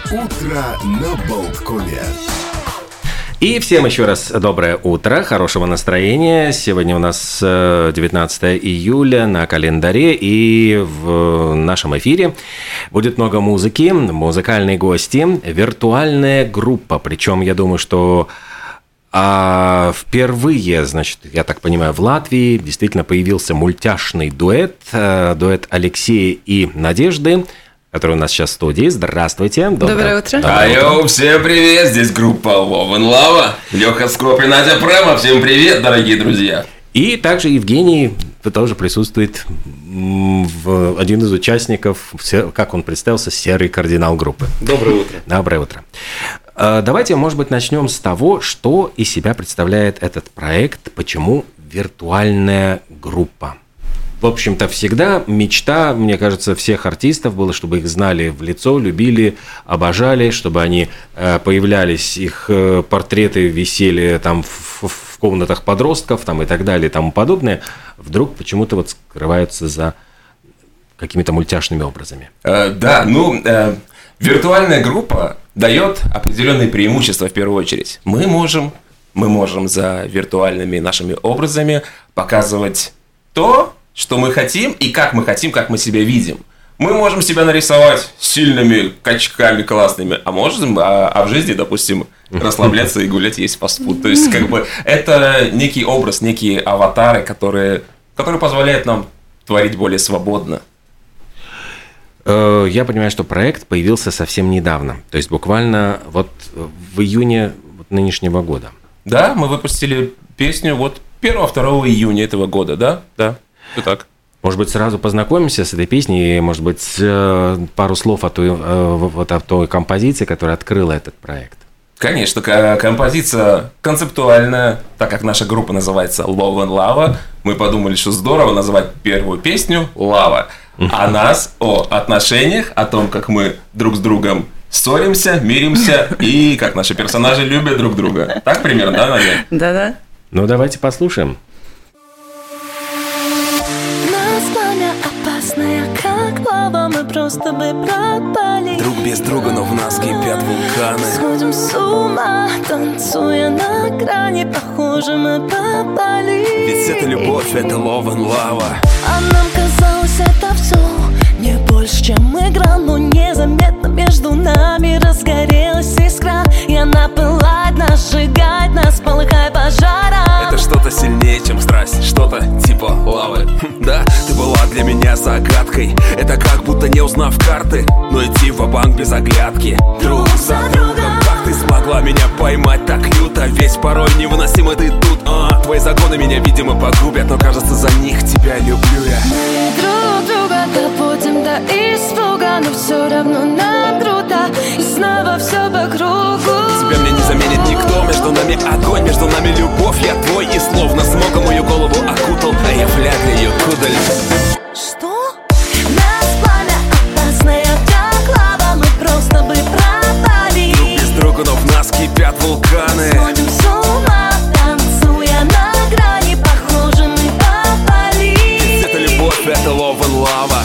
Утро на Болткоме. И всем еще раз доброе утро, хорошего настроения. Сегодня у нас 19 июля на календаре, и в нашем эфире будет много музыки, музыкальные гости, виртуальная группа. Причем, я думаю, что впервые, значит, я так понимаю, в Латвии действительно появился мультяшный дуэт Алексея и Надежды, который у нас сейчас в студии. Здравствуйте. Доброе утро. Айо, всем привет, здесь группа Love and Lava. Леха Скоп и Надя Према, всем привет, дорогие друзья. И также Евгений тоже присутствует, один из участников, как он представился, серый кардинал группы. Доброе утро. Доброе утро. Давайте, может быть, начнем с того, что из себя представляет этот проект, почему виртуальная группа. В общем-то, всегда мечта, мне кажется, всех артистов было, чтобы их знали в лицо, любили, обожали, чтобы они появлялись, их портреты висели там в комнатах подростков там, и так далее и тому подобное. Вдруг почему-то вот скрываются за какими-то мультяшными образами. Виртуальная группа дает определенные преимущества в первую очередь. Мы можем за виртуальными нашими образами показывать то, что мы хотим, и как мы хотим, как мы себя видим. Мы можем себя нарисовать сильными качками классными, а в жизни, допустим, расслабляться и гулять, есть фастфуд. То есть, это некий образ, некие аватары, которые позволяют нам творить более свободно. Я понимаю, что проект появился совсем недавно, то есть буквально вот в июне нынешнего года. Да, мы выпустили песню 1-2 июня этого года, да? Все так. Может быть, сразу познакомимся с этой песней, и, может быть, пару слов о той композиции, которая открыла этот проект. Конечно, композиция концептуальная, так как наша группа называется Love and Lava, мы подумали, что здорово назвать первую песню «Лава», о нас, о отношениях, о том, как мы друг с другом ссоримся, миримся, и как наши персонажи любят друг друга. Так примерно, да, Надя? Да-да. Ну, давайте послушаем. Как лава, мы просто бы пропали. Друг без друга, но в нас кипят вулканы. Сходим с ума, танцуя на грани. Похоже, мы попали. Ведь это любовь, это love and lava. А нам казалось, это все не больше, чем игра. Но незаметно между нами разгорелась искра. И она пылает нас, сжигает нас, полыхая пожаром. Это что-то сильнее, чем страсть, что-то типа лавы. Да, ты была для меня загадкой. Это как будто не узнав карты, но идти ва-банк без оглядки. Друг за другом. Как ты смогла меня поймать так люто? Весь порой невыносимо ты тут. Твои загоны меня, видимо, погубят, но кажется, за них тебя люблю я. Мы друг друга доводим до испуга, но все равно нам круто. И снова все по кругу. Тебя мне не заменит никто. Между нами огонь, между нами любовь. Я твой, и словно смогом мою голову окутал, а я фляг ее кудаль. Что? Нас пламя опасное, как лава. Мы просто бы пропали. Друг без друга, но в нас кипят вулканы. Сходим с ума, танцуя на грани. Похоже, мы попали. Ведь это любовь, это love and lava.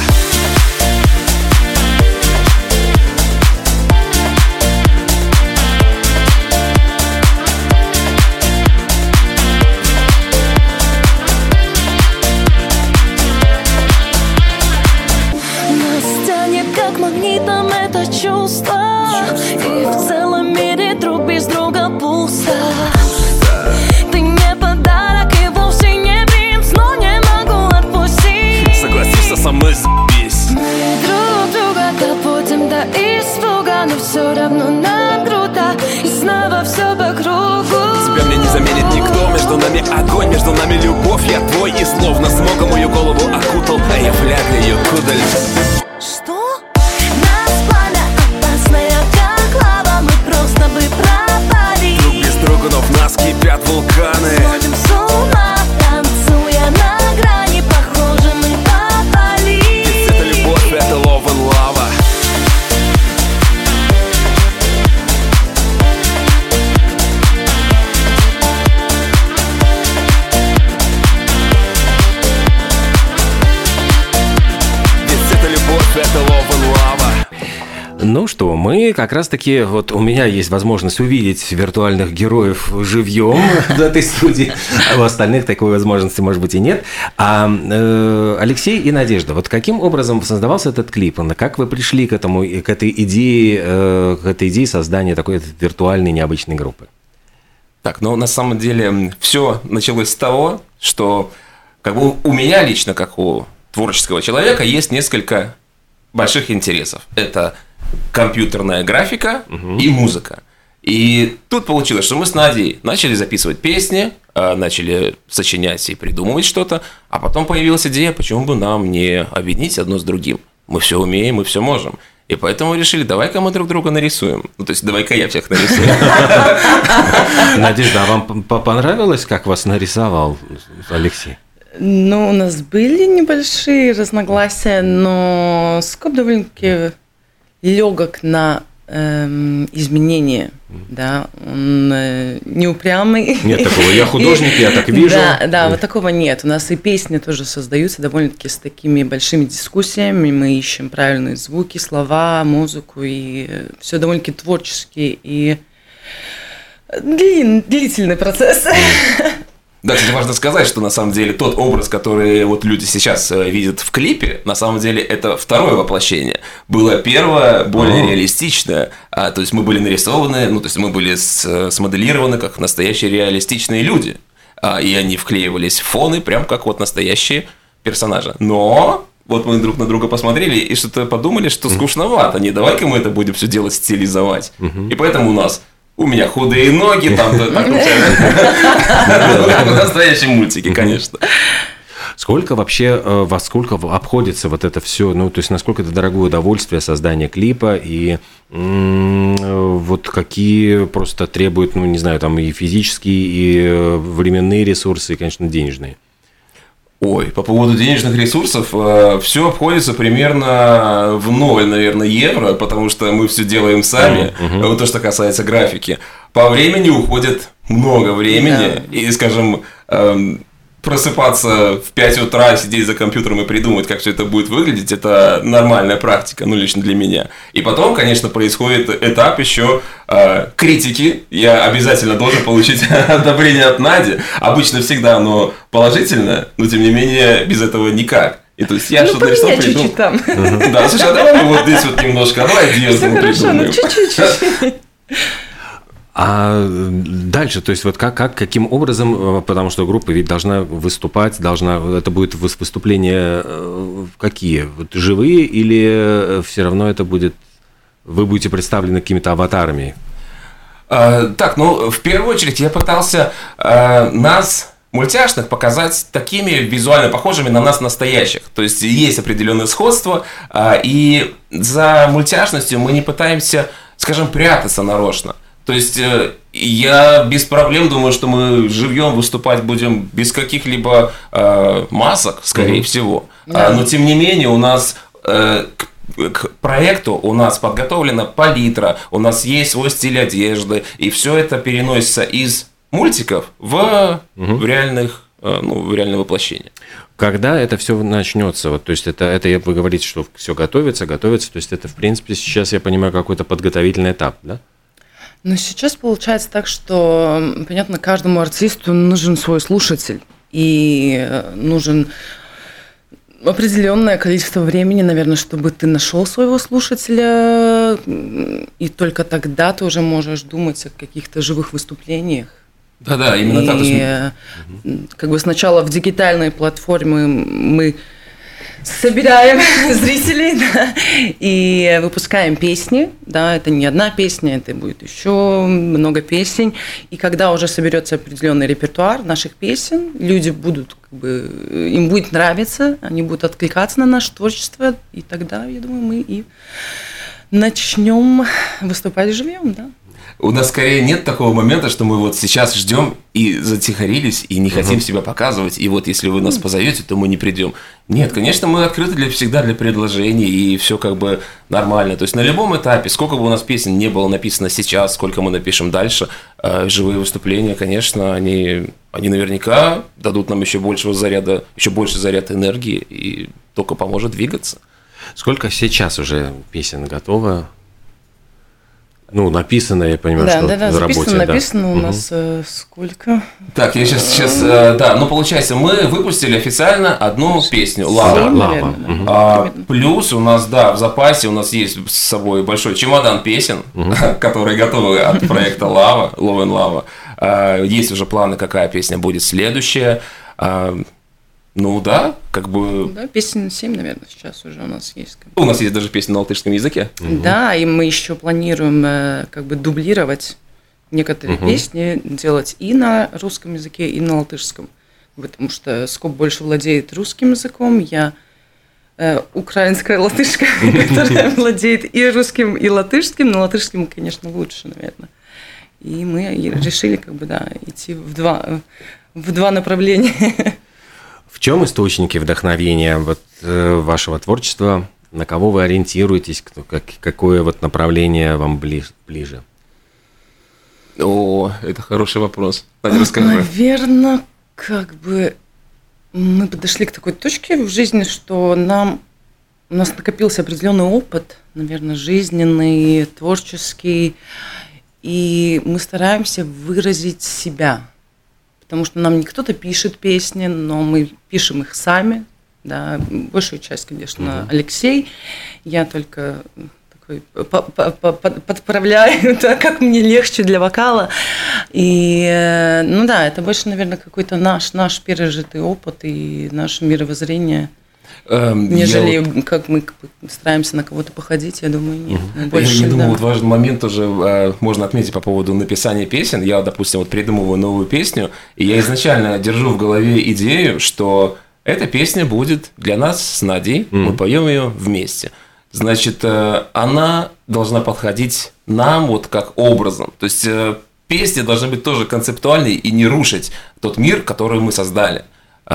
Магнитом это чувство. И в целом мире друг без друга пусто. Ты не подарок и вовсе не принц, но не могу отпустить. Согласишься со мной, заебись. Мы друг друга доводим до испуга, но все равно нам круто. И снова все по кругу. Тебя мне не заменит никто. Между нами огонь, между нами любовь. Я твой, и словно смогом мою голову окутал, а я фляг ее кудаль. Что? Друг без друга, но в нас кипят вулканы. Сходим с ума, танцуя на грани. Похоже, мы попали. Ведь это любовь, это love and lava. Ведь это любовь, Ну что, мы как раз-таки, вот у меня есть возможность увидеть виртуальных героев живьем в этой студии, а у остальных такой возможности, может быть, и нет. Алексей и Надежда, вот каким образом создавался этот клип? Как вы пришли к этой идее создания такой виртуальной необычной группы? Так, ну на самом деле все началось с того, что как бы у меня лично, как у творческого человека, есть несколько больших интересов. Это компьютерная графика и музыка. И тут получилось, что мы с Надей начали записывать песни, начали сочинять и придумывать что-то, а потом появилась идея, почему бы нам не объединить одно с другим. Мы все умеем, мы все можем. И поэтому решили, давай-ка мы друг друга нарисуем. Ну, то есть, давай-ка я всех нарисую. Надежда, а вам понравилось, как вас нарисовал Алексей? Ну, у нас были небольшие разногласия, но Скоп довольно-таки легок на изменения, да, он не упрямый. Нет такого, я художник, я так вижу. Да, вот такого нет. У нас и песни тоже создаются довольно-таки с такими большими дискуссиями, мы ищем правильные звуки, слова, музыку, и все довольно-таки творческий и длительный процесс. Да, кстати, важно сказать, что на самом деле тот образ, который вот люди сейчас видят в клипе, на самом деле это второе воплощение. Было первое, более реалистичное, то есть мы были нарисованы, ну то есть мы были смоделированы как настоящие реалистичные люди, и они вклеивались в фоны прям как вот настоящие персонажи. Но вот мы друг на друга посмотрели и что-то подумали, что скучновато, не давай-ка мы это будем все делать, стилизовать. И поэтому у меня худые ноги, там настоящие мультики, конечно. Сколько вообще, во сколько обходится вот это все, ну, то есть, насколько это дорогое удовольствие создания клипа, и вот какие просто требуют, ну, не знаю, там и физические, и временные ресурсы, и, конечно, денежные? Ой, по поводу денежных ресурсов, все обходится примерно в 0, наверное, евро, потому что мы все делаем сами. Вот то, что касается графики. По времени уходит много времени, и, скажем, просыпаться в 5 утра, сидеть за компьютером и придумывать, как все это будет выглядеть, это нормальная практика, ну, лично для меня. И потом, конечно, происходит этап еще критики. Я обязательно должен получить одобрение от Нади. Обычно всегда оно положительное, но, тем не менее, без этого никак. И то есть я что-то решил придумать. Чуть-чуть там. Да, слушай, а давай мы вот здесь вот немножко, а давай здесь мы придумаем. Чуть-чуть. А дальше, то есть вот каким образом, потому что группа ведь должна выступать, это будет выступления какие? Вот живые или все равно это будет, вы будете представлены какими-то аватарами? Так, ну, в первую очередь я пытался нас, мультяшных, показать такими визуально похожими на нас настоящих. То есть есть определенное сходство, и за мультяшностью мы не пытаемся, скажем, прятаться нарочно. То есть я без проблем думаю, что мы живьем выступать будем без каких-либо масок, скорее всего. Но тем не менее у нас к проекту у нас подготовлена палитра, у нас есть свой стиль одежды, и все это переносится из мультиков в реальное воплощение. Когда это все начнется? Вот, то есть это вы говорите, что все готовится, то есть это, в принципе, сейчас, я понимаю, какой-то подготовительный этап, да? Но сейчас получается так, что, понятно, каждому артисту нужен свой слушатель, и нужен определенное количество времени, наверное, чтобы ты нашел своего слушателя, и только тогда ты уже можешь думать о каких-то живых выступлениях. Да, именно так. И как бы сначала в дигитальной платформе мы собираем зрителей, да, и выпускаем песни, да, это не одна песня, это будет еще много песен, и когда уже соберется определенный репертуар наших песен, люди будут, как бы, им будет нравиться, они будут откликаться на наше творчество, и тогда, я думаю, мы и начнем выступать живьем, да. У нас скорее нет такого момента, что мы вот сейчас ждем и затихарились, и не хотим себя показывать, и вот если вы нас позовете, то мы не придем. Нет, конечно, мы открыты всегда для предложений, и все как бы нормально. То есть на любом этапе, сколько бы у нас песен не было написано сейчас, сколько мы напишем дальше, живые выступления, конечно, они наверняка дадут нам еще больше заряда энергии, и только поможет двигаться. Сколько сейчас уже песен готово? Ну, написано, я понимаю, что в работе. Написано у нас сколько? Так, я сейчас, да, ну, получается, мы выпустили официально одну песню «Лава». «Лава». Плюс у нас, да, в запасе у нас есть с собой большой чемодан песен, которые готовы от проекта «Лава», «Love and Lava». Есть уже планы, какая песня будет следующая. Ну да, как бы... Да, песен 7, наверное, сейчас уже у нас есть. У нас есть даже песня на латышском языке. Да, и мы еще планируем как бы дублировать некоторые песни, делать и на русском языке, и на латышском. Потому что Скоп больше владеет русским языком, я украинская латышка, которая владеет и русским, и латышским, но латышским, конечно, лучше, наверное. И мы решили как бы, да, идти в два направления. В чем источники вдохновения вот, вашего творчества? На кого вы ориентируетесь? Какое вот направление вам ближе? О, это хороший вопрос. Таня, расскажи. Наверное, как бы мы подошли к такой точке в жизни, что у нас накопился определенный опыт, наверное, жизненный, творческий, и мы стараемся выразить себя. Потому что нам не кто-то пишет песни, но мы пишем их сами. Да, большую часть, конечно, Алексей. Я только такой подправляю, да, как мне легче для вокала. И, ну да, это больше, наверное, какой-то наш пережитый опыт и наше мировоззрение. Нежели как мы стараемся на кого-то походить, я думаю, нет. Я думаю, вот важный момент тоже можно отметить по поводу написания песен. Я, допустим, вот придумываю новую песню, и я изначально держу в голове идею, что эта песня будет для нас с Надей, мы поем ее вместе. Значит, она должна подходить нам вот как образом. То есть песни должны быть тоже концептуальной и не рушить тот мир, который мы создали.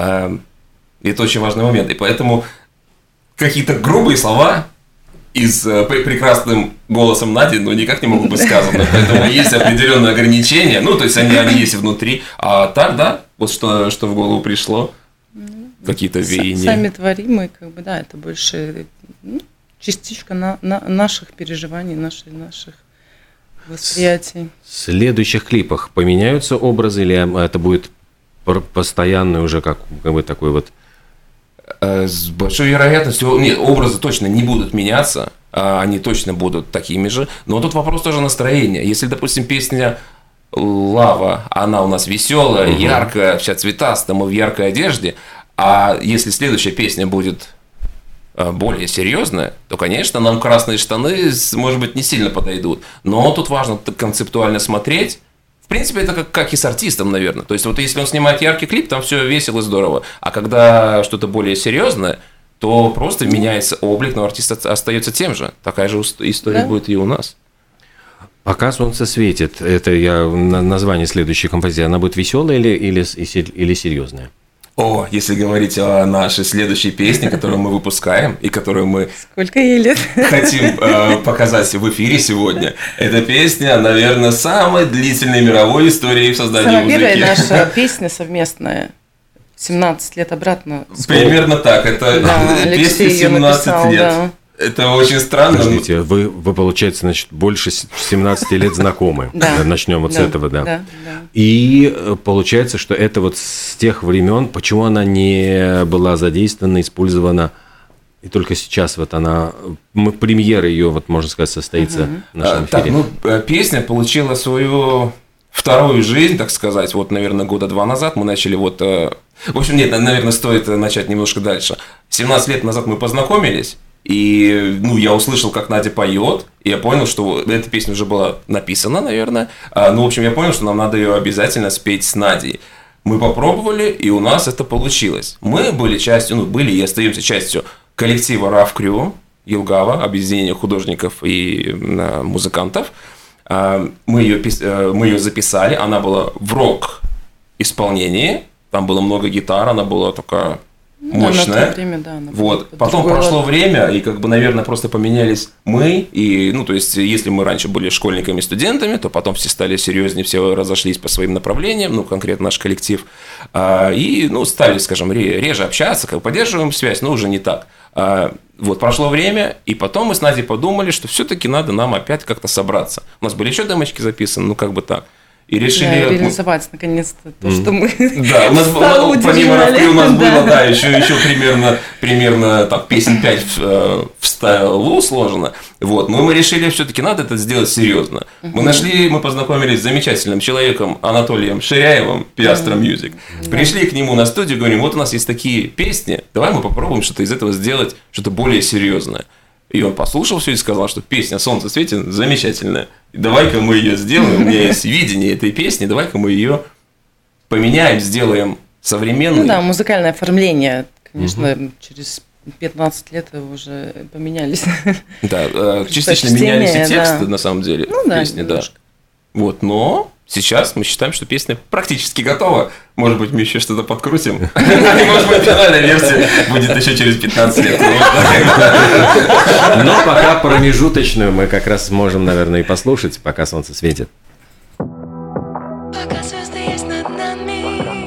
И это очень важный момент. И поэтому какие-то грубые слова с прекрасным голосом Нади, ну, никак не могут быть сказаны. Поэтому есть определенные ограничения. Ну, то есть они есть внутри. А так, да, вот что в голову пришло. Какие-то веяния. Сами творимые, как бы, да, это больше частичка наших переживаний, наших восприятий. В следующих клипах поменяются образы, или это будет постоянный уже как бы такой вот... С большой вероятностью, нет, образы точно не будут меняться, они точно будут такими же, но тут вопрос тоже настроения. Если, допустим, песня «Лава», она у нас веселая, яркая, вся цветастая, мы в яркой одежде, а если следующая песня будет более серьезная, то, конечно, нам красные штаны, может быть, не сильно подойдут, но тут важно концептуально смотреть. В принципе, это как и с артистом, наверное. То есть, вот если он снимает яркий клип, там все весело и здорово. А когда что-то более серьезное, то просто меняется облик, но артист остается тем же. Такая же история будет и у нас. «Пока солнце светит» – это название следующей композиции. Она будет веселая или серьезная? О, если говорить о нашей следующей песне, которую мы выпускаем и которую мы Сколько ей лет? хотим показать в эфире сегодня, эта песня, наверное, самой длительной мировой истории в создании Самая музыки. первая наша песня совместная, 17 лет обратно. Примерно так, это песня 17 лет. Да. Это очень странно. Подождите, вы, получается, значит, больше 17 лет знакомы. Начнем вот с этого, да. И получается, что это вот с тех времен, почему она не была задействована, использована, и только сейчас вот она, премьера ее, вот можно сказать, состоится в нашем эфире. Так, песня получила свою вторую жизнь, так сказать, вот, наверное, года 2 назад мы начали вот... В общем, нет, наверное, стоит начать немножко дальше. 17 лет назад мы познакомились, и я услышал, как Надя поет, и я понял, что эта песня уже была написана, наверное. В общем, я понял, что нам надо ее обязательно спеть с Надей. Мы попробовали, и у нас это получилось. Мы были частью, были и остаемся частью коллектива Rough Crew, Елгава, объединения художников и музыкантов. Мы ее записали, она была в рок-исполнении, там было много гитар, она была такая мощная. На то время, да, Вот. Потом прошло время, и как бы, наверное, просто поменялись мы. И, ну, то есть, если мы раньше были школьниками, студентами, то потом все стали серьезнее, все разошлись по своим направлениям, ну, конкретно наш коллектив. И, ну, стали, скажем, реже общаться, как бы поддерживаем связь, но уже не так. Вот, прошло время, и потом мы с Надей подумали, что все-таки надо нам опять как-то собраться. У нас были еще демочки записаны, ну, как бы так. И решили... Да, реализовать наконец-то то, что мы Да, у нас было, помимо Равки, у нас было, да, еще примерно так, песен 5 в стайлу сложено. Вот, но мы решили, все-таки надо это сделать серьезно. Мы познакомились с замечательным человеком Анатолием Ширяевым, Piastra Music. Пришли к нему на студию, говорим, вот у нас есть такие песни, давай мы попробуем что-то из этого сделать, что-то более серьезное. И он послушал все и сказал, что песня «Солнце светит» замечательная. Давай-ка мы ее сделаем, у меня есть видение этой песни, давай-ка мы ее поменяем, сделаем современной. Ну да, музыкальное оформление, конечно, через 15 лет уже поменялись. Да, частично менялись и тексты, на самом деле, песни, да. Вот, но сейчас мы считаем, что песня практически готова. Может быть, мы еще что-то подкрутим. И, может быть, финальная версия будет еще через 15 лет. Но пока промежуточную мы как раз можем, наверное, и послушать, пока солнце светит. Пока звезды есть над нами,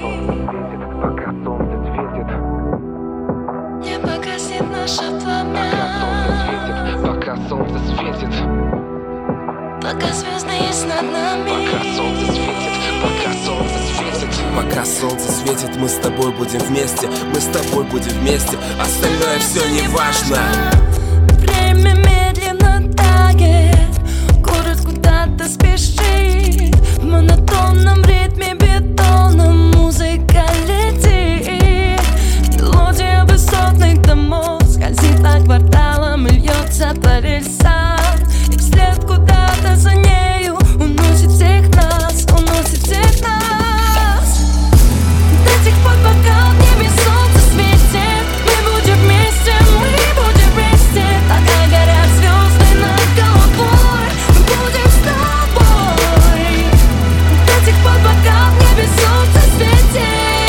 не погаснет наше пламя. Пока солнце светит, Пока звезды есть над нами, пока солнце светит, пока солнце светит. Пока солнце светит, мы с тобой будем вместе, мы с тобой будем вместе, остальное все не важно. время медленно тает, город куда-то спешит, в монотонном ритме бетонном музыка летит. Мелодия высотных домов скользит по кварталам и льется по рельсам, и вслед куда-то за нею уносит всех нас, уносит всех нас. До тех пор, пока в небе солнце светит, мы будем вместе, мы будем вместе. Пока горят звезды над головой, мы будем с тобой. До тех пор, пока в небе солнце светит,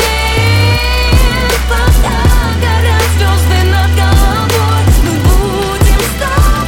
пока горят звезды над головой, мы будем с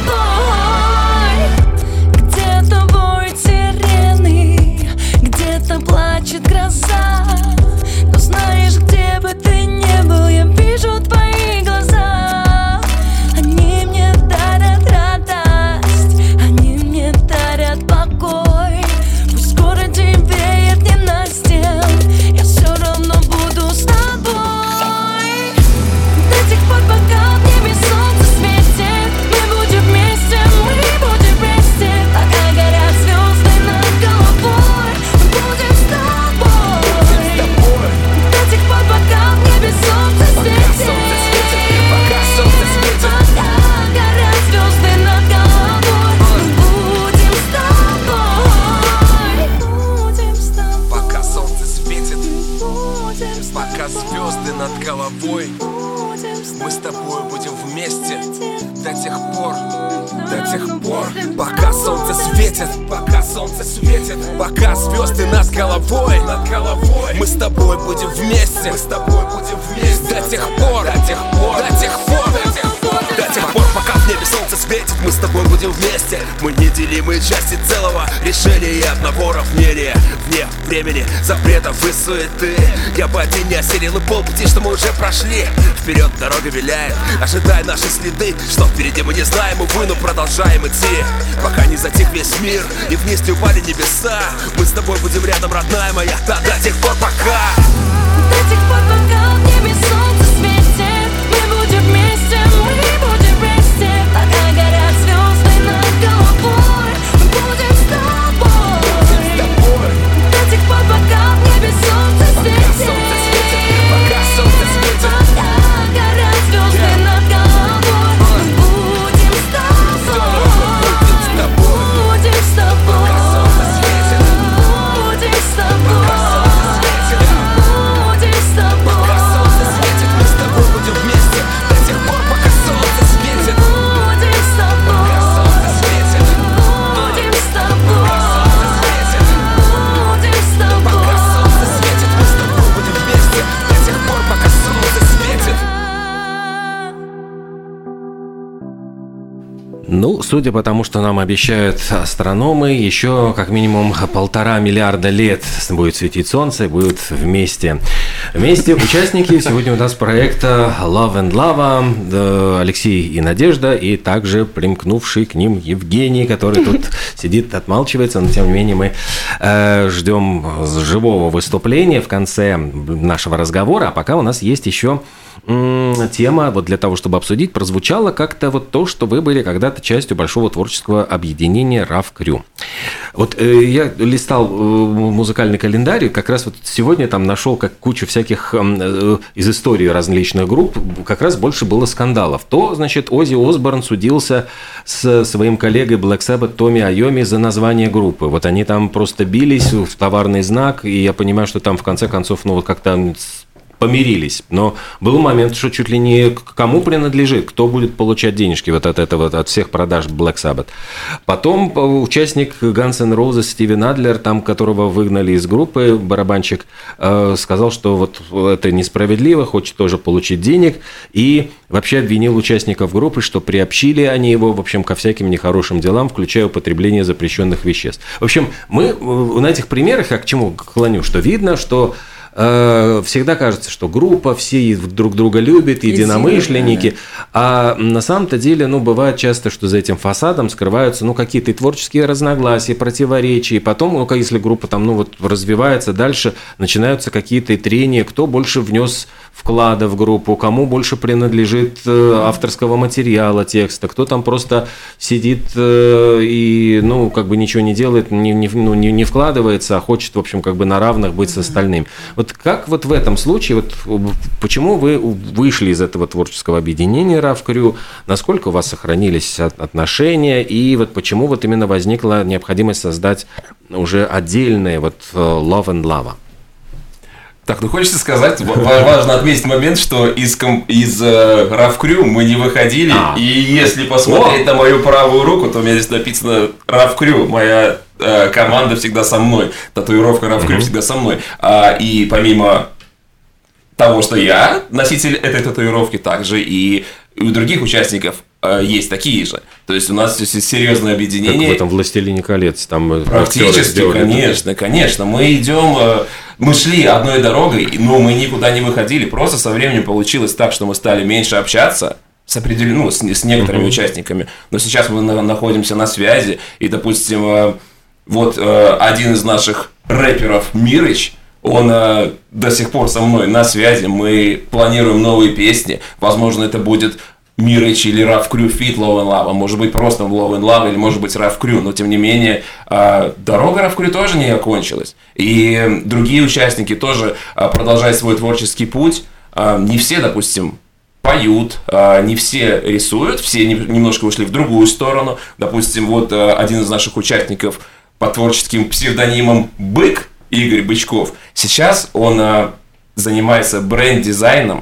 тобой. Где-то воют сирены, где-то плачет гроза, но знаешь, где бы ты ни был, я вижу твои глаза. Они мне дарят радость, они мне дарят покой. Пусть в городе веет ненастьем, я все равно буду с тобой. До тех пор, пока в небе солнце светит, мы будем вместе, мы будем вместе. Пока горят звезды над головой, мы будем с тобой. До тех пор, пока в небе солнце светит, Пока солнце светит, пока горят звезды над головой, мы будем с тобой. Будем с тобой. пока солнце светит, Будем с пока звезды над головой, будем с мы с тобой будем вместе до тех пор, пока солнце светит, пока солнце светит, пока звезды над головой, мы с тобой будем вместе, до тех пор, пока в небе солнце светит, мы с тобой будем вместе. Мы неделимые части целого решения и одного равнения. Вне времени, запретов и суеты. Я бы один не осилил и полпути, что мы уже прошли. Вперед дорога виляет, ожидая наши следы. Что впереди мы не знаем, увы, но продолжаем идти. Пока не затих весь мир и вниз не упали небеса, мы с тобой будем рядом, родная моя, да до тех пор пока. До тех пор, пока в небе солнце светит, мы будем вместе, мы будем вместе. Пока горят звезды над головой, мы будем с тобой. До тех пор, пока в небе солнце светит, Пока солнце светит, пока горят звезды над головой, мы будем с тобой. Будем с тобой. Будем с тобой. Будем с тобой. Ну, судя по тому, что нам обещают астрономы, еще как минимум 1,5 миллиарда лет будет светить солнце, и будут вместе. Вместе участники сегодня у нас проекта Love and Lava, Алексей и Надежда, и также примкнувший к ним Евгений, который тут сидит, отмалчивается, но тем не менее мы ждем живого выступления в конце нашего разговора, а пока у нас есть еще тема, вот для того, чтобы обсудить, прозвучало как-то вот то, что вы были когда-то частью большого творческого объединения RAV Crew. Вот я листал музыкальный календарь, как раз вот сегодня там нашел как кучу всяких из истории различных групп, как раз больше было скандалов. То, значит, Оззи Осборн судился с своим коллегой Black Sabbath Томми Айоми за название группы. Вот они там просто бились в товарный знак, и я понимаю, что там в конце концов, ну вот как-то помирились, но был момент, что чуть ли не кому принадлежит, кто будет получать денежки вот от этого, от всех продаж Black Sabbath. Потом участник Guns N' Roses Стивен Адлер, там, которого выгнали из группы, барабанщик, сказал, что вот это несправедливо, хочет тоже получить денег, и вообще обвинил участников группы, что приобщили они его, в общем, ко всяким нехорошим делам, включая употребление запрещенных веществ. В общем, мы на этих примерах, я к чему клоню, что видно, что всегда кажется, что группа, все друг друга любят, единомышленники, а на самом-то деле, ну, бывает часто, что за этим фасадом скрываются, ну, какие-то творческие разногласия, противоречия, и потом, ну, если группа там, ну, вот развивается дальше, начинаются какие-то трения, кто больше внес вклада в группу, кому больше принадлежит авторского материала, текста, кто там просто сидит и, ну, как бы ничего не делает, не вкладывается, а хочет, в общем, как бы на равных быть с остальными. Вот как вот в этом случае, вот почему вы вышли из этого творческого объединения RAV Crew, насколько у вас сохранились отношения, и вот почему вот именно возникла необходимость создать уже отдельное вот Love and Lava? Так, ну хочется сказать, важно отметить момент, что из RAV Crew мы не выходили, и если посмотреть на мою правую руку, то у меня здесь написано RAV Crew, моя команда всегда со мной, татуировка RAV Crew всегда со мной, и помимо того, что я носитель этой татуировки, также и у других участников есть такие же. То есть у нас серьезное объединение. Как в этом «Властелине колец». Там практически, конечно. Мы шли одной дорогой, но мы никуда не выходили. Просто со временем получилось так, что мы стали меньше общаться с некоторыми участниками. Но сейчас мы находимся на связи. И, допустим, вот один из наших рэперов, Мирыч, он до сих пор со мной на связи. Мы планируем новые песни. Возможно, это будет Мирыч или RAV Crew Feat Love and Lava, может быть просто Love and Lava или может быть RAV Crew, но тем не менее дорога RAV Crew тоже не окончилась. И другие участники тоже продолжают свой творческий путь. Не все, допустим, поют, не все рисуют, все немножко ушли в другую сторону. Допустим, вот один из наших участников под творческим псевдонимом Бык, Игорь Бычков, сейчас он занимается бренд-дизайном.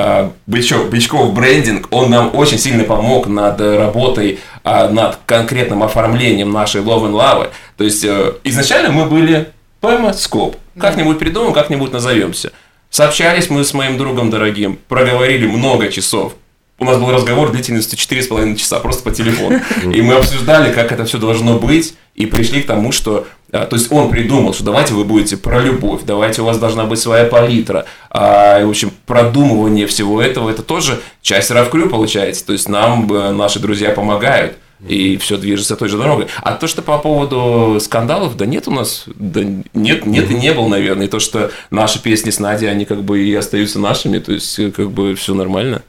Бычков брендинг, он нам очень сильно помог над работой, над конкретным оформлением нашей Love and Lava. То есть изначально мы были ПМ-скоп. Как-нибудь придумаем, как-нибудь назовемся. Сообщались мы с моим другом дорогим, проговорили много часов. У нас был разговор длительностью 4,5 часа просто по телефону. И мы обсуждали, как это все должно быть, и пришли к тому, что... То есть он придумал, что давайте вы будете про любовь, давайте у вас должна быть своя палитра. В общем, продумывание всего этого, это тоже часть RAV Crew получается. То есть нам наши друзья помогают, и все движется той же дорогой. А то, что по поводу скандалов, да нет у нас, да нет и не было, наверное. И то, что наши песни с Надей, они как бы и остаются нашими, то есть как бы все нормально.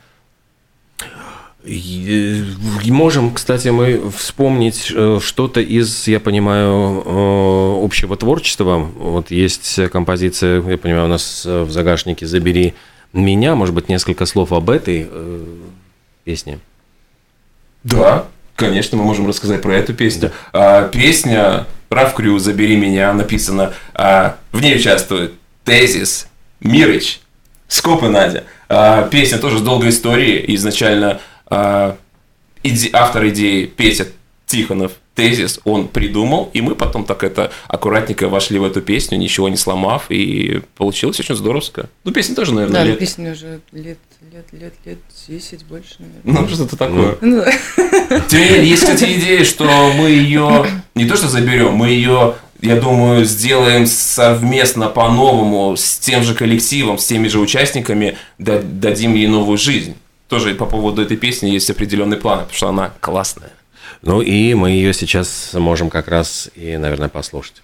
Можем, кстати, мы вспомнить что-то из, я понимаю, общего творчества. Вот есть композиция, я понимаю, у нас в загашнике «Забери меня». Может быть, несколько слов об этой песне? Да, конечно, мы можем рассказать про эту песню. Песня RAV Crew «Забери меня» написана, в ней участвуют Тезис, Мирыч, Скоп и Надя. Песня тоже с долгой историей. Изначально автор идеи Петя Тихонов, тезис он придумал, и мы потом так это аккуратненько вошли в эту песню, ничего не сломав, и получилось очень здоровско. Ну, песня тоже, наверное, Да, лет... песня уже лет 10 больше, наверное. Ну, что-то такое. Ну, Тем не менее, есть, кстати, идея, что мы ее не то что заберем, мы ее, я думаю, сделаем совместно по-новому с тем же коллективом, с теми же участниками, дадим ей новую жизнь. Тоже по поводу этой песни есть определенный план, потому что она классная. Ну и мы ее сейчас можем как раз и, наверное, послушать.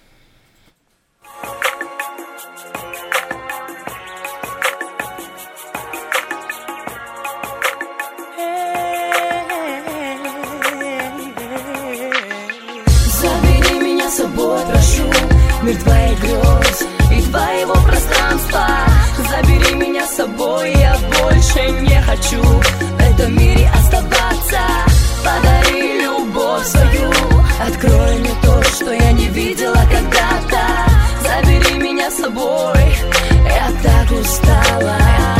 Забери меня с собой, прошу, мир твоих грез и твоего пространства. Забери меня с собой, я больше не хочу в этом мире оставаться. Подари любовь свою, открой мне то, что я не видела когда-то. Забери меня с собой, я так устала.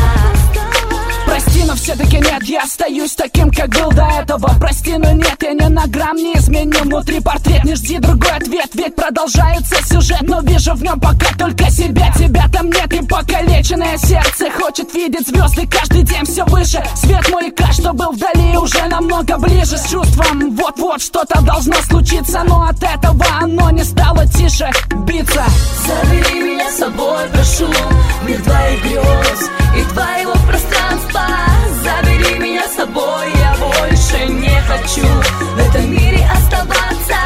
Прости, но все-таки нет, я остаюсь таким, как был до этого. Прости, но нет, я ни на грамм не изменю внутри портрет. Не жди другой ответ, ведь продолжается сюжет, но вижу в нем пока только себя. Тебя там нет, и покалеченное сердце хочет видеть звезды каждый день все выше. Свет маяка, что был вдали, уже намного ближе. С чувством, вот-вот что-то должно случиться, но от этого оно не стало тише биться. Забери меня с собой, прошу, мир твоих грез и твоего пространства. Забери меня с собой, я больше не хочу в этом мире оставаться.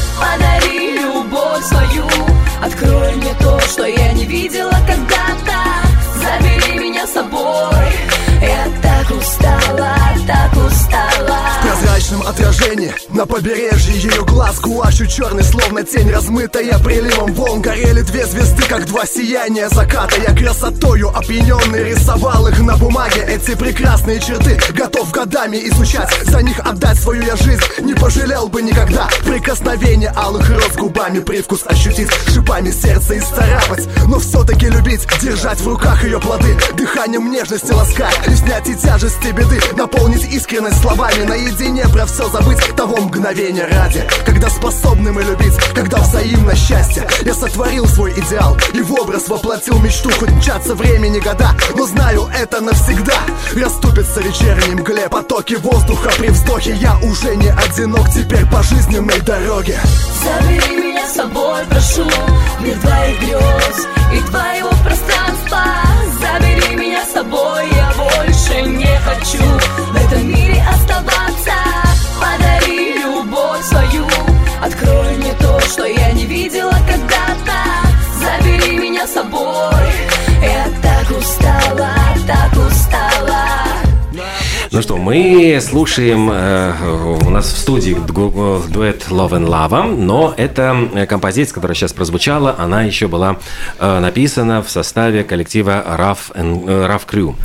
Подари любовь свою, открой мне то, что я не видела когда-то. Забери меня с собой, я так устала, так устала. В прозрачном отражении на побережье ее глаз гуашью черный, словно тень, размытая приливом волн. Горели две звезды, как два сияния заката. Я красотою опьяненный рисовал их на бумаге. Эти прекрасные черты готов годами изучать. За них отдать свою я жизнь не пожалел бы никогда. Прикосновение алых роз губами, привкус ощутить, шипами сердце исцарапать. Но все-таки любить, держать в руках ее плоды, дыханием нежности ласкать, и снять и тяжести беды, наполнить искренность словами, наедине про все забыть того мгновения ради, когда способны мы любить, когда взаимно счастье. Я сотворил свой идеал и в образ воплотил мечту, хоть мчатся времени года, но знаю, это навсегда. Раступятся в вечерней мгле потоки воздуха при вздохе. Я уже не одинок теперь по жизненной дороге. Забери меня с собой, прошу, мир твоих грез и твоего пространства. Забери меня с собой, я больше не хочу в этом мире оставаться. Подари любовь свою, открой мне то, что я не видела когда-то. Забери меня с собой, я так устала, так устала. Ну что, мы слушаем, у нас в студии дуэт Love and Lava, но эта композиция, которая сейчас прозвучала, она еще была написана в составе коллектива Rough Crew.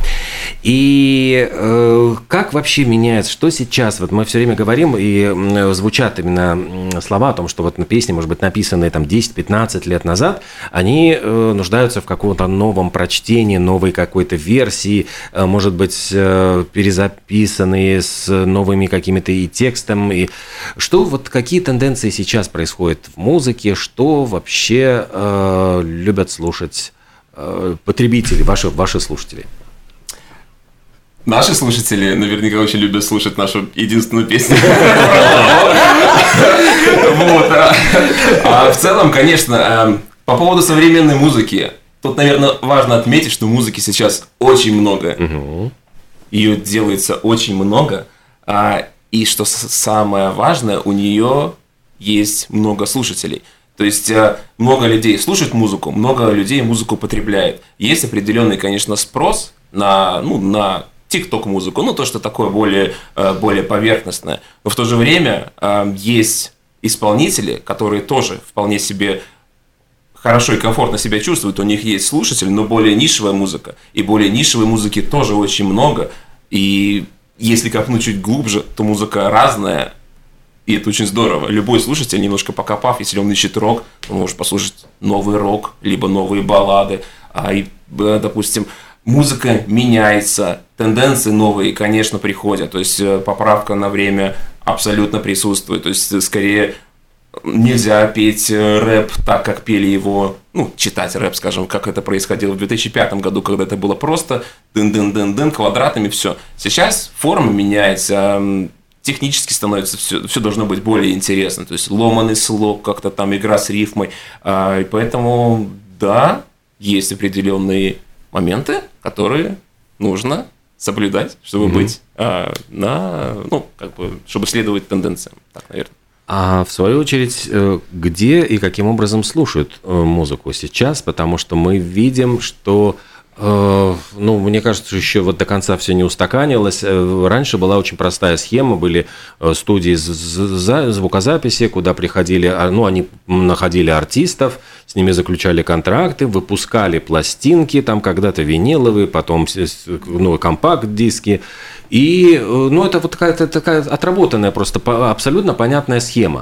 И как вообще меняется, что сейчас, вот мы все время говорим, и звучат именно слова о том, что вот песни, может быть, написанные там 10-15 лет назад, они нуждаются в каком-то новом прочтении, новой какой-то версии, может быть, перезаписанные с новыми какими-то и текстом. И что, вот какие тенденции сейчас происходят в музыке, что вообще любят слушать потребители, ваши слушатели? Наши слушатели наверняка очень любят слушать нашу единственную песню. А в целом, конечно, по поводу современной музыки, тут, наверное, важно отметить, что музыки сейчас очень много. Ее делается очень много. И что самое важное, у нее есть много слушателей. То есть много людей слушают музыку, много людей музыку потребляет. Есть определенный, конечно, спрос на TikTok-музыку, то, что такое более поверхностное. Но в то же время есть исполнители, которые тоже вполне себе хорошо и комфортно себя чувствуют, у них есть слушатель, но более нишевая музыка. И более нишевой музыки тоже очень много. И если копнуть чуть глубже, то музыка разная, и это очень здорово. Любой слушатель, немножко покопав, если он ищет рок, он может послушать новый рок, либо новые баллады. Допустим, музыка меняется, тенденции новые, конечно, приходят. То есть поправка на время абсолютно присутствует. То есть скорее нельзя петь рэп так, как пели его, ну, читать рэп, скажем, как это происходило в 2005 году, когда это было просто дын-дын-дын-дын, квадратами, все. Сейчас форма меняется, технически становится все должно быть более интересно, то есть ломаный слог, как-то там игра с рифмой, и поэтому, да, есть определенные моменты, которые нужно соблюдать, чтобы быть чтобы следовать тенденциям, так, наверное. А в свою очередь, где и каким образом слушают музыку сейчас? Потому что мы видим, что, мне кажется, еще вот до конца все не устаканилось. Раньше была очень простая схема, были студии звукозаписи, куда приходили, они находили артистов, с ними заключали контракты, выпускали пластинки, там когда-то виниловые, потом компакт-диски. И, это вот какая-то такая отработанная, просто абсолютно понятная схема.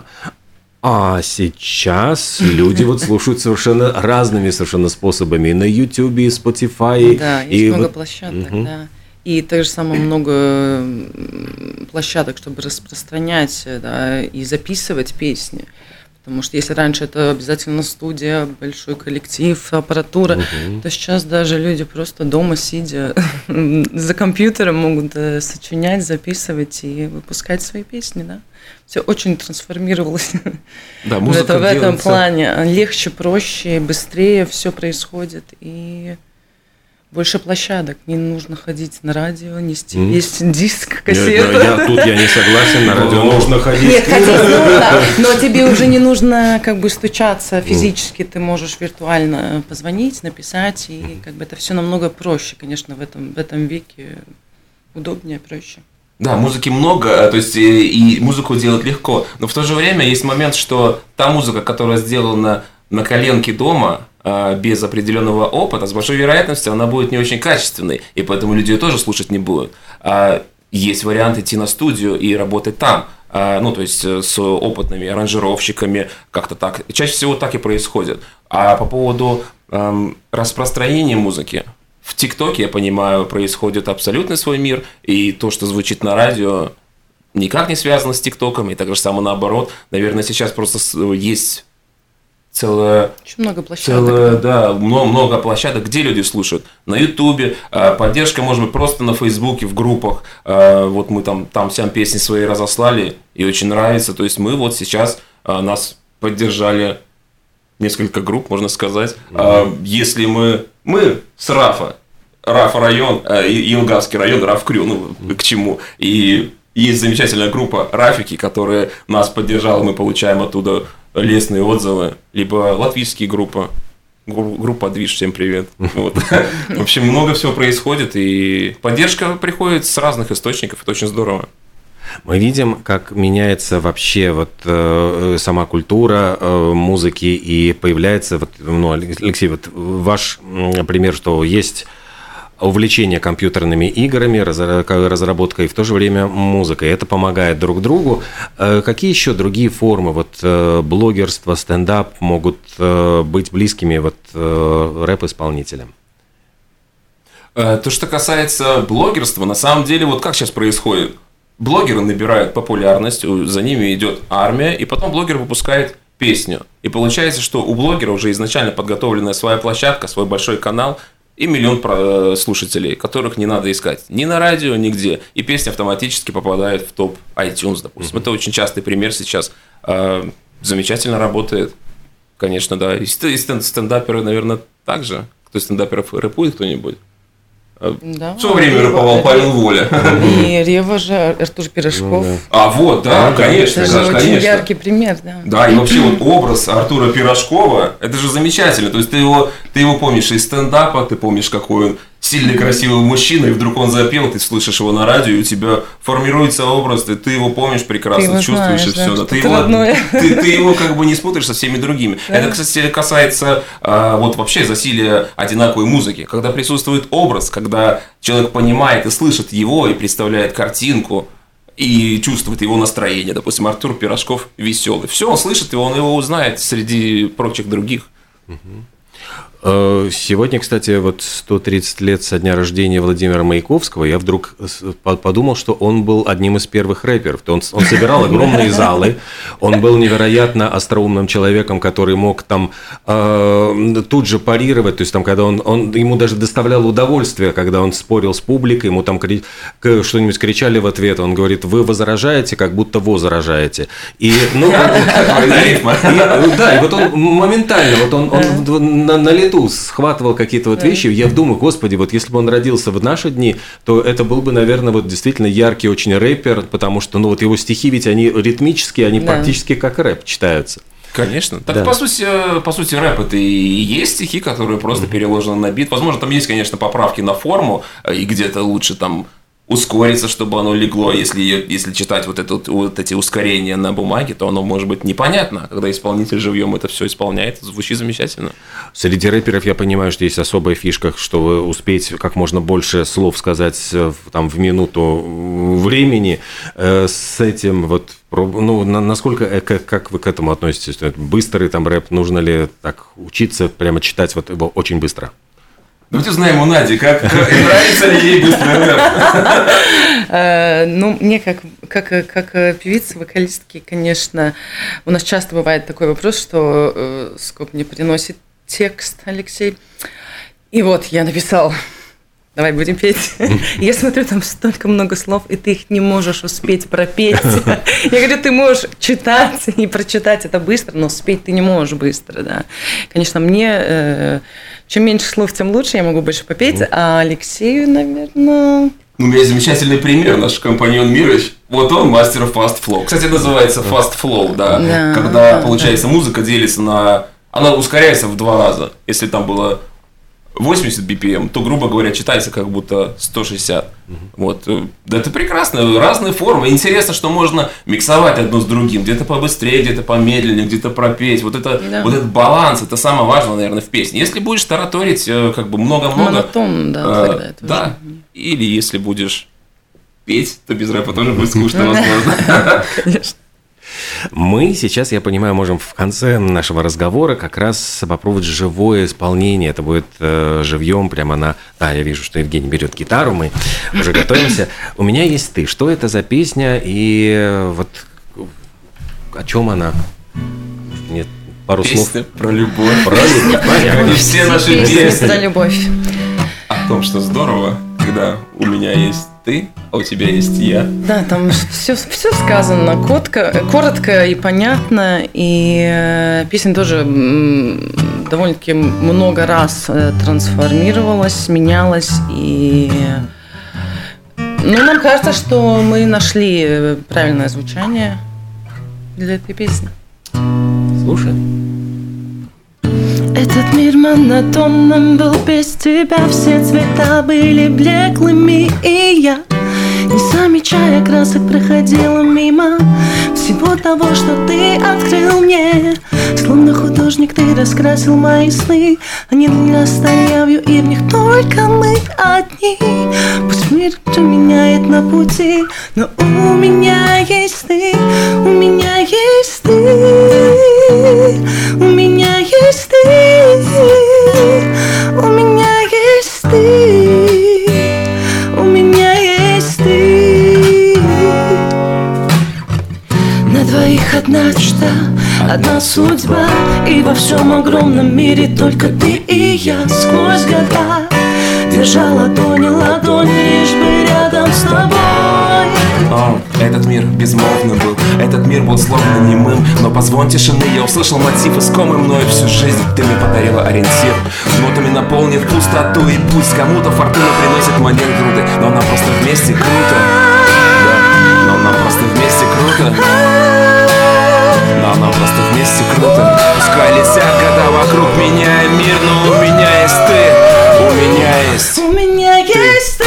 А сейчас люди слушают совершенно разными способами. И на YouTube, и Spotify. Да, есть много площадок, да. И так же самое много площадок, чтобы распространять, да, и записывать песни. Потому что если раньше это обязательно студия, большой коллектив, аппаратура, то сейчас даже люди просто дома сидя за компьютером могут сочинять, записывать и выпускать свои песни, да. Все очень трансформировалось. Да, музыка в этом плане легче, проще, быстрее все происходит и больше площадок. Не нужно ходить на радио, нести весь диск, кассету. Я не согласен, на радио нужно ходить. Нет, ходить нужно, но тебе уже не нужно стучаться физически, ты можешь виртуально позвонить, написать, и это все намного проще, конечно, в этом веке удобнее, проще. Да, музыки много, то есть и музыку делать легко, но в то же время есть момент, что та музыка, которая сделана на коленке дома, без определенного опыта, с большой вероятностью она будет не очень качественной, и поэтому люди ее тоже слушать не будут. Есть вариант идти на студию и работать там, то есть с опытными аранжировщиками, как-то так. Чаще всего так и происходит. А по поводу распространения музыки, в ТикТоке, я понимаю, происходит абсолютно свой мир, и то, что звучит на радио, никак не связано с ТикТоком, и так же само наоборот. Наверное, сейчас просто есть очень много площадок. Много площадок, где люди слушают. На Ютубе, поддержка, может быть, просто на Фейсбуке, в группах. Вот мы там всем песни свои разослали, и очень нравится. То есть мы вот сейчас, нас поддержали несколько групп, можно сказать. Если мы с Рафа район, Елгавский район, Раф-Крю, к чему. И есть замечательная группа Рафики, которая нас поддержала, мы получаем оттуда лестные отзывы, либо латвийские группа Движ, всем привет. В общем, много всего происходит, и поддержка приходит с разных источников, это очень здорово. Мы видим, как меняется вообще сама культура музыки, и появляется, Алексей, ваш пример, что есть увлечение компьютерными играми, разработкой, и в то же время музыкой. Это помогает друг другу. Какие еще другие формы блогерства, стендап могут быть близкими рэп-исполнителям? То, что касается блогерства, на самом деле, как сейчас происходит? Блогеры набирают популярность, за ними идет армия, и потом блогер выпускает песню. И получается, что у блогера уже изначально подготовленная своя площадка, свой большой канал, и миллион слушателей, которых не надо искать ни на радио, нигде. И песня автоматически попадает в топ iTunes, допустим. Это очень частый пример сейчас. Замечательно работает, конечно, да. И стендаперы, наверное, также. Кто из стендаперов рэпует кто-нибудь? Да. В свое время рэповал Павел Воля. И Рева же, Артур Пирожков. Конечно. Это же очень яркий пример, да. Да, и вообще образ Артура Пирожкова, это же замечательно. То есть ты его помнишь из стендапа, ты помнишь, какой он сильный, красивый мужчина, и вдруг он запел, ты слышишь его на радио, и у тебя формируется образ, и ты его помнишь прекрасно, чувствуешь, и все. Ты его не смотришь со всеми другими. Да. Это, кстати, касается вообще засилия одинаковой музыки. Когда присутствует образ, когда человек понимает и слышит его, и представляет картинку, и чувствует его настроение. Допустим, Артур Пирожков веселый. Все, он слышит его, он его узнает среди прочих других. Сегодня, кстати, вот 130 лет со дня рождения Владимира Маяковского, я вдруг подумал, что он был одним из первых рэперов. Он собирал огромные залы, он был невероятно остроумным человеком, который мог там тут же парировать, то есть там, когда ему даже доставляло удовольствие, когда он спорил с публикой, ему там что-нибудь кричали в ответ, он говорит: вы возражаете, как будто вы заражаете. И, да, и вот он моментально, вот он на лету схватывал какие-то вот вещи. Я думаю, господи, вот если бы он родился в наши дни, то это был бы, наверное, вот действительно яркий очень рэпер, потому что, ну, вот его стихи, ведь они ритмические, они практически как рэп читаются. Конечно. Так, по сути, рэп это и есть стихи, которые просто переложены на бит. Возможно, там есть, конечно, поправки на форму, и где-то лучше там ускориться, чтобы оно легло. Если читать вот эти ускорения на бумаге, то оно может быть непонятно. Когда исполнитель живьем это все исполняет, звучит замечательно. Среди рэперов я понимаю, что есть особая фишка, чтобы успеть как можно больше слов сказать там, в минуту времени. С этим вот, ну, насколько, как вы к этому относитесь? Быстрый там рэп, нужно ли так учиться прямо читать вот его очень быстро? Давайте узнаем у Нади, как нравится ли ей быстрый рэп. Ну, мне как певице, вокалистке, конечно, у нас часто бывает такой вопрос, что сколько мне приносит текст Алексей. И вот я написал: давай будем петь. Я смотрю, там столько много слов, и ты их не можешь успеть пропеть. Я говорю, ты можешь читать и прочитать это быстро, но спеть ты не можешь быстро, да. Конечно, мне чем меньше слов, тем лучше, я могу больше попеть, а Алексею, наверное... У меня есть замечательный пример, наш компаньон Мирыч. Вот он мастер fast flow. Кстати, называется fast flow, да. Когда, получается, музыка делится на... Она ускоряется в 2 раза. Если там было 80 BPM, то, грубо говоря, читается как будто 160. Вот. Да, это прекрасно, разные формы. Интересно, что можно миксовать одно с другим. Где-то побыстрее, где-то помедленнее, где-то пропеть. Вот этот баланс, это самое важное, наверное, в песне. Если будешь тараторить как бы много-много... Монотон, да, тогда это да. Или если будешь петь, то без рэпа тоже будет скучно, возможно. Конечно. Мы сейчас, я понимаю, можем в конце нашего разговора как раз попробовать живое исполнение. Это будет живьем прямо на... Да, я вижу, что Евгений берет гитару, мы уже готовимся. У меня есть ты. Что это за песня и вот о чем она? Нет, пару слов. Песня про любовь. Про любовь, понятно. Все наши песни про любовь. О том, что здорово, когда у меня есть ты, а у тебя есть я. Да, там все сказано коротко и понятно, и песня тоже довольно-таки много раз трансформировалась, менялась, и нам кажется, что мы нашли правильное звучание для этой песни. Слушай. Этот мир монотонным был без тебя, все цвета были блеклыми, и я, не замечая красок, проходила мимо всего того, что ты открыл мне. Словно художник, ты раскрасил мои сны, они для меня стали явью, и в них только мы одни. Пусть мир все меняет на пути, но у меня есть ты, у меня есть ты, у меня есть ты, у меня есть ты, у меня есть ты. На двоих одна мечта, одна судьба, и во всем огромном мире только ты и я. Сквозь года держа ладони, лишь бы рядом с тобой. Этот мир безмолвный был, этот мир был словно немым, но по звон тишины я услышал мотив, искомый мною всю жизнь. Ты мне подарила ориентир, нотами наполнив пустоту, и пусть кому-то фортуна приносит момент груды, но нам просто вместе круто. Да, но нам просто вместе круто. Но нам просто вместе круто. Пускай летят года вокруг меня и мир, но у меня есть ты, у меня есть. У меня есть ты.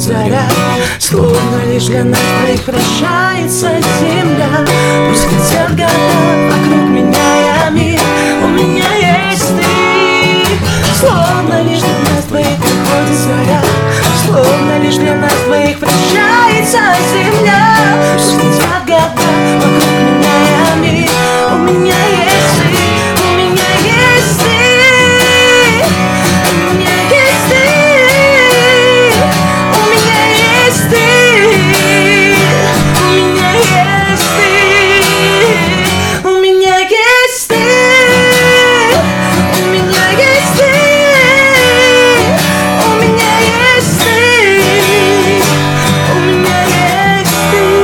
заря, словно лишь для нас двоих вращается земля. Пусть летят года вокруг меня, я мир, у меня есть ты. Словно лишь для нас двоих уходит заря, словно лишь для нас двоих вращается земля. Пусть летят года вокруг меня, я мир, у меня есть ты. У меня есть ты. У меня есть ты. У меня есть ты. У меня есть ты. У меня есть ты. У меня есть ты. У меня есть ты. У меня есть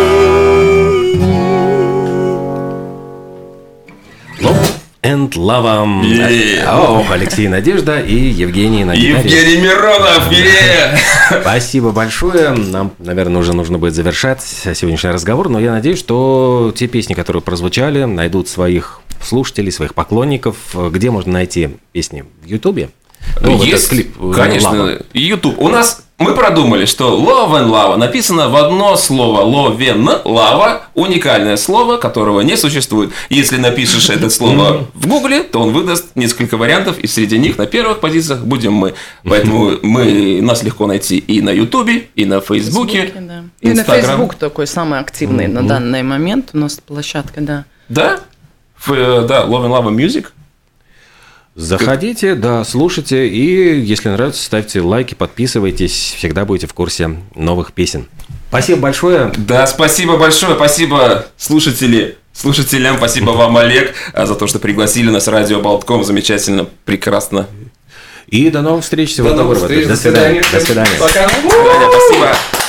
ты. Love and Lava. Алексей Надежда и Евгений на гитаре. Евгений Миронов, Спасибо большое. Нам, наверное, уже нужно будет завершать сегодняшний разговор, но я надеюсь, что те песни, которые прозвучали, найдут своих слушателей, своих поклонников. Где можно найти песни? В Ютубе? Есть, клип, конечно, YouTube. У нас, мы продумали, что Love and Lava написано в одно слово. Love, Lava, уникальное слово, которого не существует. Если напишешь это слово в Гугле, то он выдаст несколько вариантов, и среди них на первых позициях будем мы. Поэтому нас легко найти и на Ютубе, и на Фейсбуке. Да. И на Facebook такой самый активный на данный момент у нас площадка, да. Да? Да, Love and Lava Music. Заходите, да, слушайте, и если нравится, ставьте лайки, подписывайтесь, всегда будете в курсе новых песен. Спасибо большое. Да, спасибо большое, спасибо слушателям, спасибо вам, Олег, за то, что пригласили нас, Радио Болтком, замечательно, прекрасно. И до новых встреч, всего доброго. До свидания. До свидания. Пока. Спасибо.